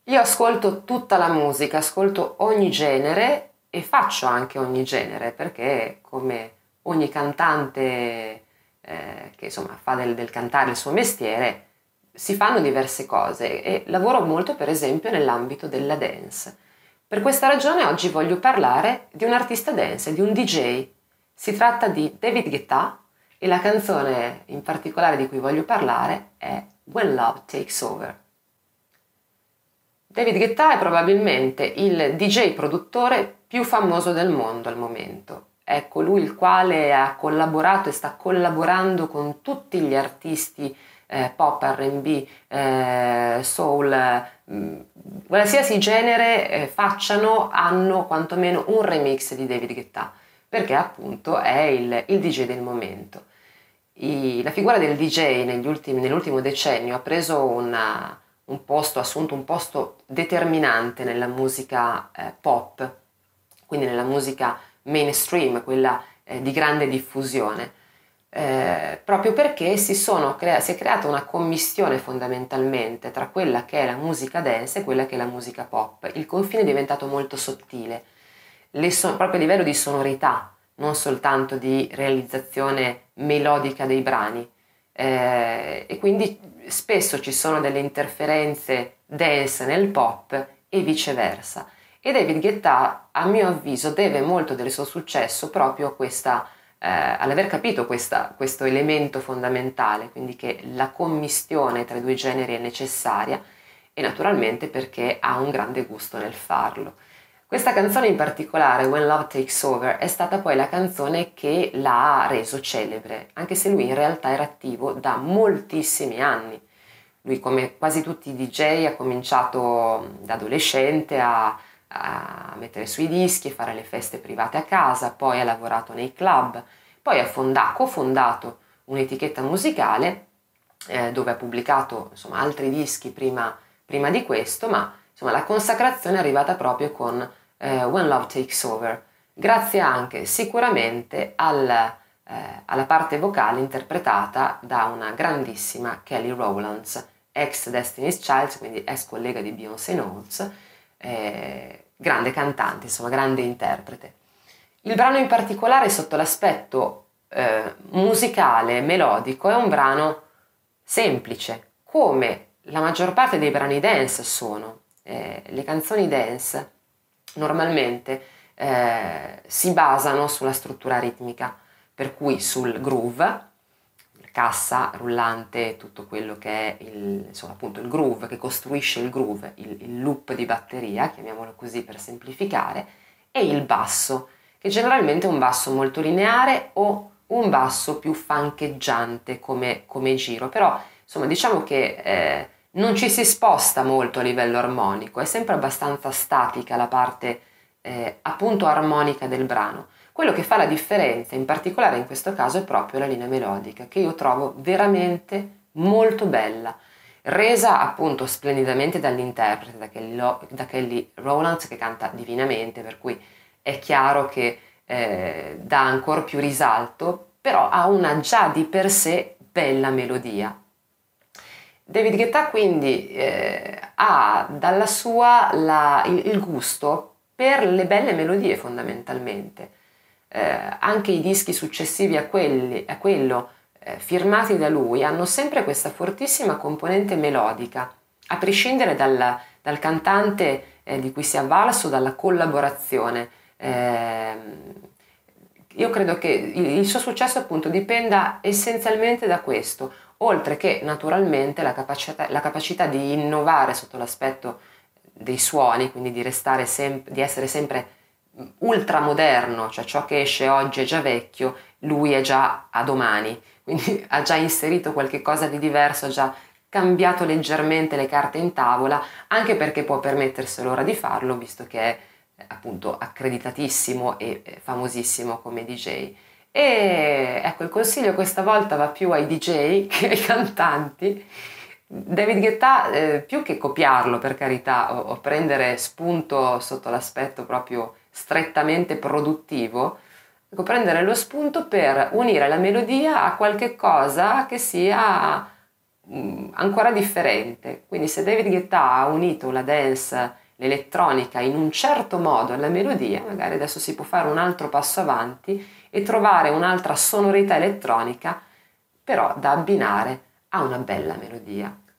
Io ascolto tutta la musica, ascolto ogni genere e faccio anche ogni genere perché come ogni cantante che insomma fa del cantare il suo mestiere, si fanno diverse cose e lavoro molto per esempio nell'ambito della dance. Per questa ragione oggi voglio parlare di un artista dance, di un DJ. Si tratta di David Guetta e la canzone in particolare di cui voglio parlare è When Love Takes Over. David Guetta è probabilmente il DJ produttore più famoso del mondo al momento. È colui il quale ha collaborato e sta collaborando con tutti gli artisti pop, R&B, soul, qualsiasi genere facciano, hanno quantomeno un remix di David Guetta, perché appunto è il DJ del momento. La figura del DJ nell'ultimo decennio ha preso ha assunto un posto determinante nella musica pop, quindi nella musica mainstream, quella di grande diffusione, proprio perché si è creata una commistione fondamentalmente tra quella che è la musica dance e quella che è la musica pop. Il confine è diventato molto sottile, proprio a livello di sonorità, non soltanto di realizzazione melodica dei brani. E quindi spesso ci sono delle interferenze dance nel pop e viceversa. E David Guetta, a mio avviso, deve molto del suo successo proprio a all'aver capito questo elemento fondamentale, quindi che la commistione tra i due generi è necessaria e naturalmente perché ha un grande gusto nel farlo. Questa canzone in particolare, When Love Takes Over, è stata poi la canzone che l'ha reso celebre, anche se lui in realtà era attivo da moltissimi anni. Lui, come quasi tutti i DJ, ha cominciato da adolescente a mettere sui dischi e fare le feste private a casa, poi ha lavorato nei club, poi ha cofondato un'etichetta musicale dove ha pubblicato insomma, altri dischi prima di questo, ma insomma, la consacrazione è arrivata proprio con When Love Takes Over, grazie anche sicuramente alla parte vocale interpretata da una grandissima Kelly Rowlands, ex Destiny's Child, quindi ex collega di Beyoncé Knowles, grande cantante, insomma grande interprete. Il brano in particolare sotto l'aspetto musicale, melodico, è un brano semplice, come la maggior parte dei brani dance sono. Le canzoni dance normalmente si basano sulla struttura ritmica, per cui sul groove, cassa, rullante, tutto quello che è insomma, appunto il groove, che costruisce il groove, il loop di batteria, chiamiamolo così per semplificare, e il basso, che generalmente è un basso molto lineare o un basso più funcheggiante come giro, però insomma diciamo che non ci si sposta molto a livello armonico, è sempre abbastanza statica la parte appunto armonica del brano. Quello che fa la differenza, in particolare in questo caso, è proprio la linea melodica, che io trovo veramente molto bella, resa appunto splendidamente dall'interprete, da Kelly Rowlands, che canta divinamente, per cui è chiaro che dà ancora più risalto, però ha una già di per sé bella melodia. David Guetta quindi ha dalla sua il gusto per le belle melodie fondamentalmente. Anche i dischi successivi a quello firmati da lui hanno sempre questa fortissima componente melodica, a prescindere dal cantante di cui si è avvalso, dalla collaborazione. Io credo che il suo successo appunto dipenda essenzialmente da questo, oltre che naturalmente la capacità di innovare sotto l'aspetto dei suoni, quindi di essere sempre ultramoderno, cioè ciò che esce oggi è già vecchio, lui è già a domani, quindi ha già inserito qualche cosa di diverso, ha già cambiato leggermente le carte in tavola, anche perché può permetterselo ora di farlo, visto che è appunto accreditatissimo e famosissimo come DJ. E ecco, il consiglio questa volta va più ai DJ che ai cantanti. David Guetta, più che copiarlo per carità o prendere spunto sotto l'aspetto proprio strettamente produttivo, ecco, prendere lo spunto per unire la melodia a qualche cosa che sia ancora differente. Quindi se David Guetta ha unito la dance, l'elettronica in un certo modo alla melodia, magari adesso si può fare un altro passo avanti e trovare un'altra sonorità elettronica, però da abbinare a una bella melodia.